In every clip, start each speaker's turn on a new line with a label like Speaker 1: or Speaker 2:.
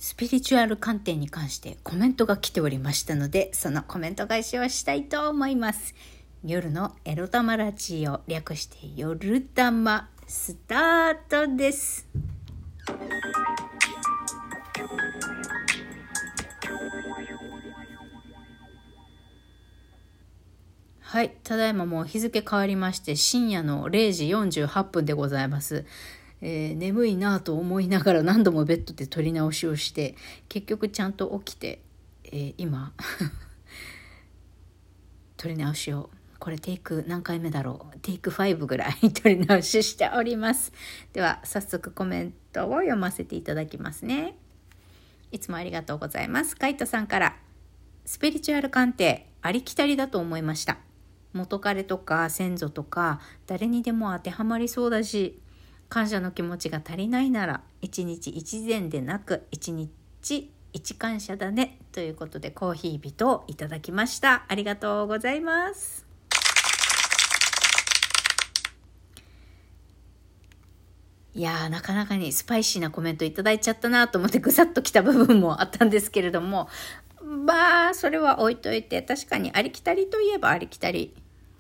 Speaker 1: スピリチュアル観点に関してコメントが来ておりましたので、そのコメント返しをしたいと思います。夜のエロ玉ラジオ、略して夜玉スタートです。はい、ただいまもう日付変わりまして深夜の0時48分でございます。眠いなと思いながら何度もベッドで撮り直しをして結局ちゃんと起きて、今撮り直しを、これテイク何回目だろう、テイク5ぐらい撮り直ししております。では早速コメントを読ませていただきますね。いつもありがとうございます。カイトさんから、スピリチュアル鑑定ありきたりだと思いました。元彼とか先祖とか誰にでも当てはまりそうだし、感謝の気持ちが足りないなら一日一善でなく一日一感謝だねということでコーヒー人をいただきました。ありがとうございます。いやー、なかなかにスパイシーなコメントいただいちゃったなと思ってぐさっときた部分もあったんですけれども、まあそれは置いといて、確かにありきたりといえばありきたり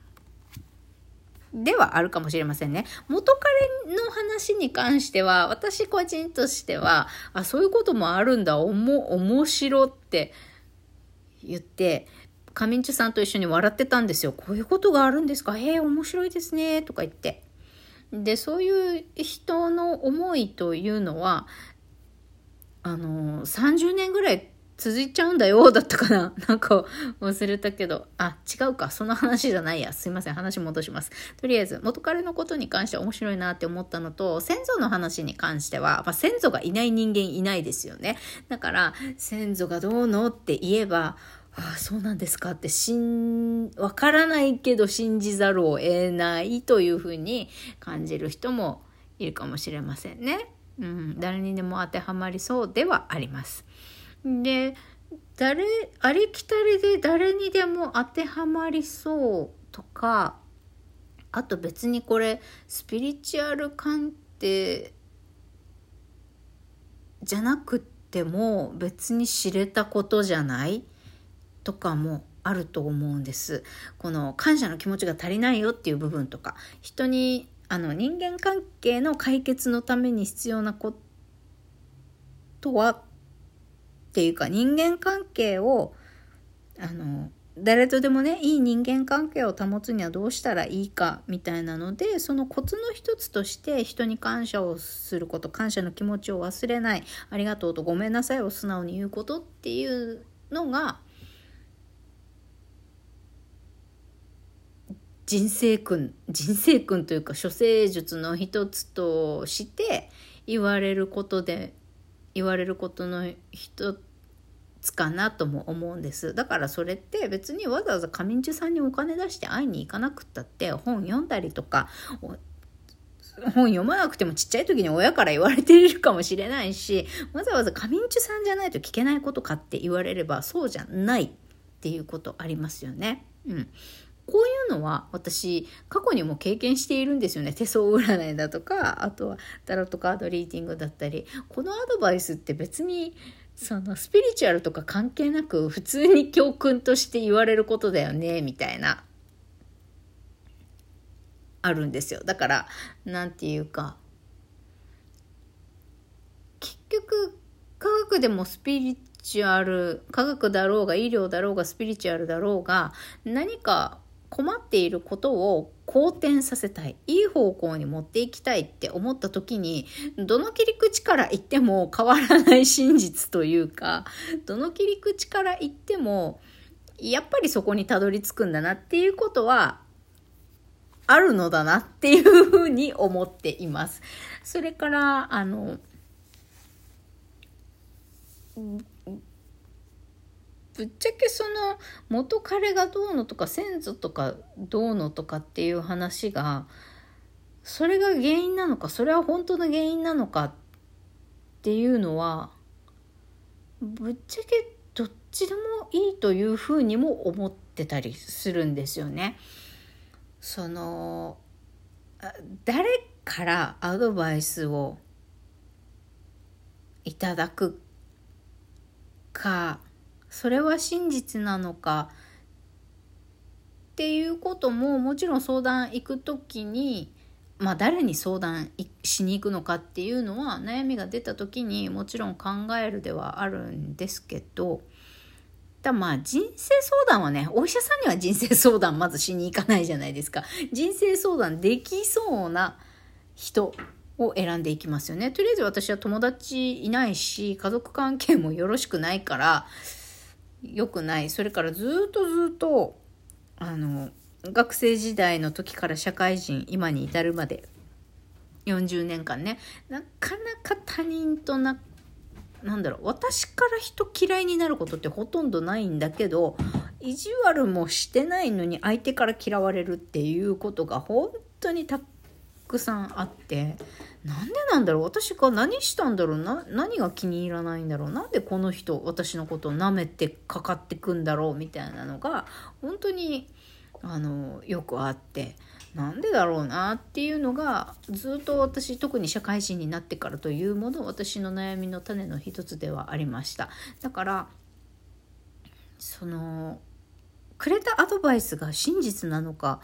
Speaker 1: ではあるかもしれませんね。元彼の話に関しては私個人としてはそういうこともあるんだ、面白って言ってカミンチュさんと一緒に笑ってたんですよ。こういうことがあるんですか、面白いですねとか言って。でそういう人の思いというのは30年ぐらい続いちゃうんだよだったかな、なんか忘れたけど、違うか、その話じゃないや、すいません、話戻します。とりあえず元彼のことに関しては面白いなって思ったのと、先祖の話に関しては、先祖がいない人間いないですよね。だから先祖がどうのって言えば、そうなんですかってわからないけど信じざるを得ないというふうに感じる人もいるかもしれませんね。誰にでも当てはまりそうではあります。で、ありきたりで誰にでも当てはまりそうとか、あと別にこれスピリチュアル鑑定じゃなくっても別に知れたことじゃないとかもあると思うんです。この感謝の気持ちが足りないよっていう部分とか、人に人間関係の解決のために必要なことはっていうか、人間関係を誰とでもね、いい人間関係を保つにはどうしたらいいかみたいなので、そのコツの一つとして人に感謝をすること、感謝の気持ちを忘れない、ありがとうとごめんなさいを素直に言うことっていうのが人生訓というか処世術の一つとして言われることの一つかなとも思うんです。だからそれって別にわざわざカミンチュさんにお金出して会いに行かなくったって、本読んだりとか、本読まなくてもちっちゃい時に親から言われているかもしれないし、わざわざカミンチュさんじゃないと聞けないことかって言われればそうじゃないっていうことありますよね。こういうのは私過去にも経験しているんですよね。手相占いだとか、あとはタロットカードリーディングだったり、このアドバイスって別にそのスピリチュアルとか関係なく普通に教訓として言われることだよねみたいなあるんですよ。だからなんていうか、結局科学でもスピリチュアル、科学だろうが医療だろうがスピリチュアルだろうが、何か困っていることを好転させたい、いい方向に持っていきたいって思った時に、どの切り口から言っても変わらない真実というか、どの切り口から言ってもやっぱりそこにたどり着くんだなっていうことはあるのだなっていうふうに思っています。それからぶっちゃけその元彼がどうのとか先祖とかどうのとかっていう話が、それが原因なのか、それは本当の原因なのかっていうのはぶっちゃけどっちでもいいというふうにも思ってたりするんですよね。その誰からアドバイスをいただくか、それは真実なのかっていうことも、もちろん相談行くときに、誰に相談しに行くのかっていうのは悩みが出た時にもちろん考えるではあるんですけど、人生相談はね、お医者さんには人生相談まずしに行かないじゃないですか。人生相談できそうな人を選んでいきますよね。とりあえず私は友達いないし、家族関係もよろしくないから良くない。それからずっと学生時代の時から社会人今に至るまで40年間ね、なかなか他人と私から人嫌いになることってほとんどないんだけど、意地悪もしてないのに相手から嫌われるっていうことが本当にたくさんあって、なんでなんだろう、私が何したんだろうな、何が気に入らないんだろう、なんでこの人私のことを舐めてかかってくんだろうみたいなのが本当によくあって、なんでだろうなっていうのがずっと私、特に社会人になってからというもの、私の悩みの種の一つではありました。だからくれたアドバイスが真実なのか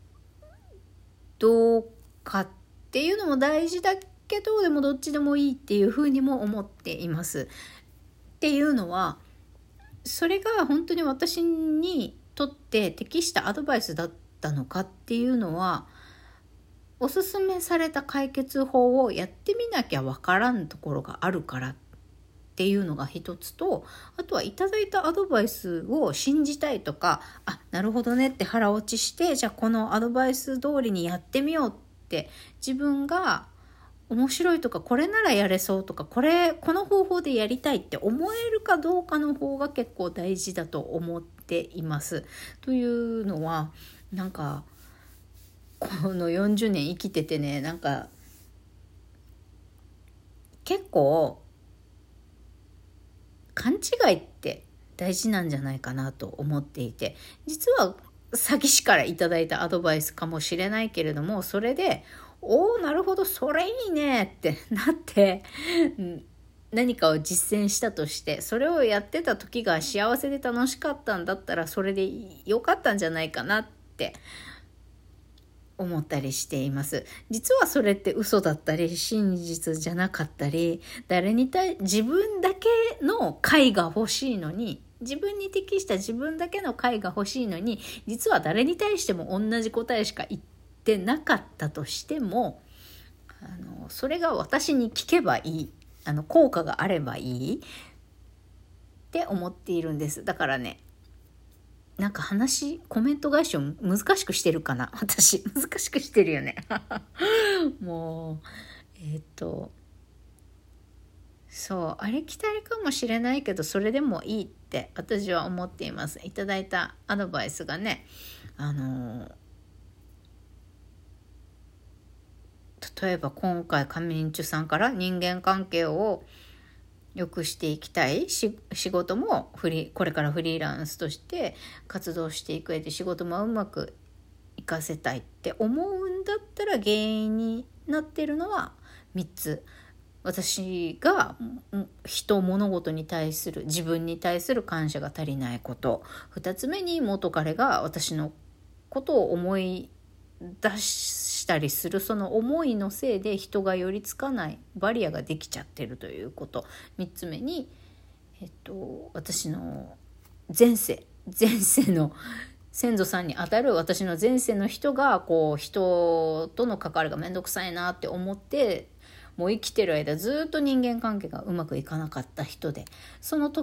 Speaker 1: どうかっていうのも大事だけど、でもどっちでもいいっていうふうにも思っています。っていうのは、それが本当に私にとって適したアドバイスだったのかっていうのは、おすすめされた解決法をやってみなきゃわからんところがあるからっていうのが一つと、あとはいただいたアドバイスを信じたいとか、なるほどねって腹落ちして、じゃあこのアドバイス通りにやってみようって自分が面白いとか、これならやれそうとか、この方法でやりたいって思えるかどうかの方が結構大事だと思っています。というのは、この40年生きててね、結構勘違いって大事なんじゃないかなと思っていて、実は詐欺師からいただいたアドバイスかもしれないけれども、それでなるほど、それいいねってなって何かを実践したとして、それをやってた時が幸せで楽しかったんだったら、それで良かったんじゃないかなって思ったりしています。実はそれって嘘だったり真実じゃなかったり、自分だけの解が欲しいのに、自分に適した自分だけの解が欲しいのに、実は誰に対しても同じ答えしか言ってなかったとしても、それが私に聞けばいい、効果があればいいって思っているんです。だからね、コメント返しを難しくしてるかな、私難しくしてるよねもうそうありきたりかもしれないけど、それでもいいって私は思っています。いただいたアドバイスがね、例えば今回カミンチュさんから人間関係を良くしていきたい、仕事もこれからフリーランスとして活動していく上で仕事もうまくいかせたいって思うんだったら、原因になってるのは3つ。私が物事に対する、自分に対する感謝が足りないこと、2つ目に元彼が私のことを思い出したりする、その思いのせいで人が寄りつかないバリアができちゃってるということ、3つ目に、私の前世の先祖さんにあたる私の前世の人が人との関わりがめんどくさいなって思って、もう生きてる間ずっと人間関係がうまくいかなかった人で、その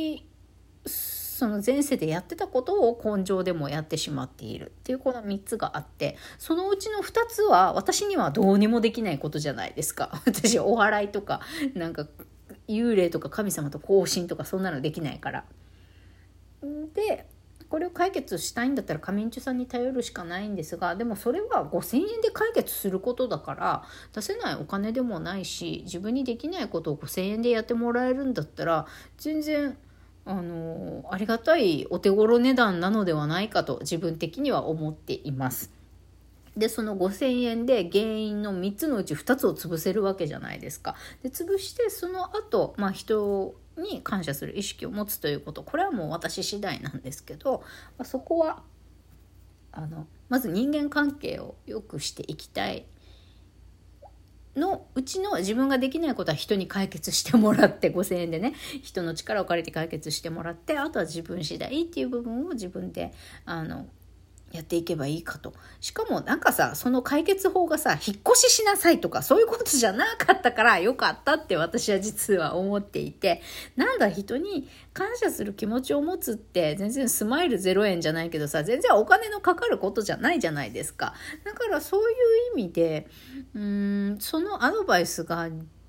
Speaker 1: 前世でやってたことを根性でもやってしまっているっていう、この3つがあって、そのうちの2つは私にはどうにもできないことじゃないですか。私お祓いとか幽霊とか神様と交信とかそんなのできないから。でこれを解決したいんだったらカミンチュさんに頼るしかないんですが、でもそれは5000円で解決することだから、出せないお金でもないし、自分にできないことを5000円でやってもらえるんだったら全然ありがたいお手頃値段なのではないかと自分的には思っています。でその5000円で原因の3つのうち2つを潰せるわけじゃないですか。で潰して、その後、人に感謝する意識を持つということ、これはもう私次第なんですけど、そこはまず人間関係を良くしていきたいのうちの自分ができないことは人に解決してもらって、5000円でね人の力を借りて解決してもらって、あとは自分次第っていう部分を自分でやっていけばいいかと。しかもなんかさ、その解決法がさ、引っ越ししなさいとかそういうことじゃなかったからよかったって私は実は思っていて、なんだ人に感謝する気持ちを持つって全然スマイル0円じゃないけどさ、全然お金のかかることじゃないじゃないですか。だからそういう意味でそのアドバイスが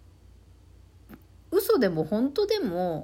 Speaker 1: 嘘でも本当でも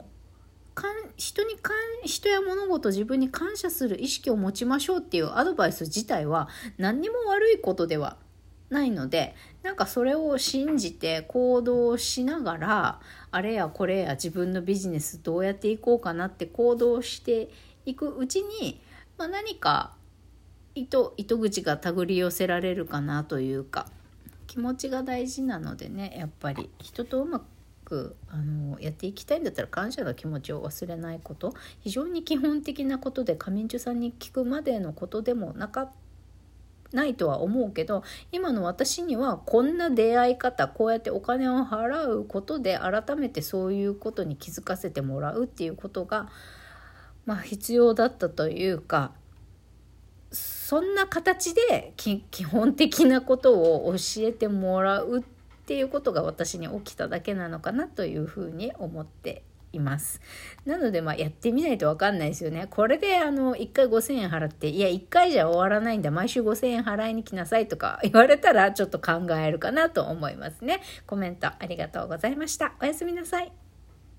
Speaker 1: 人や物事、自分に感謝する意識を持ちましょうっていうアドバイス自体は何にも悪いことではないので、なんかそれを信じて行動しながら、あれやこれや自分のビジネスどうやっていこうかなって行動していくうちに、何か糸口が手繰り寄せられるかなというか、気持ちが大事なのでね、やっぱり人とうまくやっていきたいんだったら感謝の気持ちを忘れないこと、非常に基本的なことで、カミンチュさんに聞くまでのことでもないとは思うけど、今の私にはこんな出会い方、こうやってお金を払うことで改めてそういうことに気づかせてもらうっていうことが必要だったというか、そんな形で基本的なことを教えてもらうっていうことが私に起きただけなのかなというふうに思っています。なのでやってみないと分かんないですよね。これで1回5000円払って、いや1回じゃ終わらないんだ、毎週5000円払いに来なさいとか言われたらちょっと考えるかなと思いますね。コメントありがとうございました。おやすみなさい。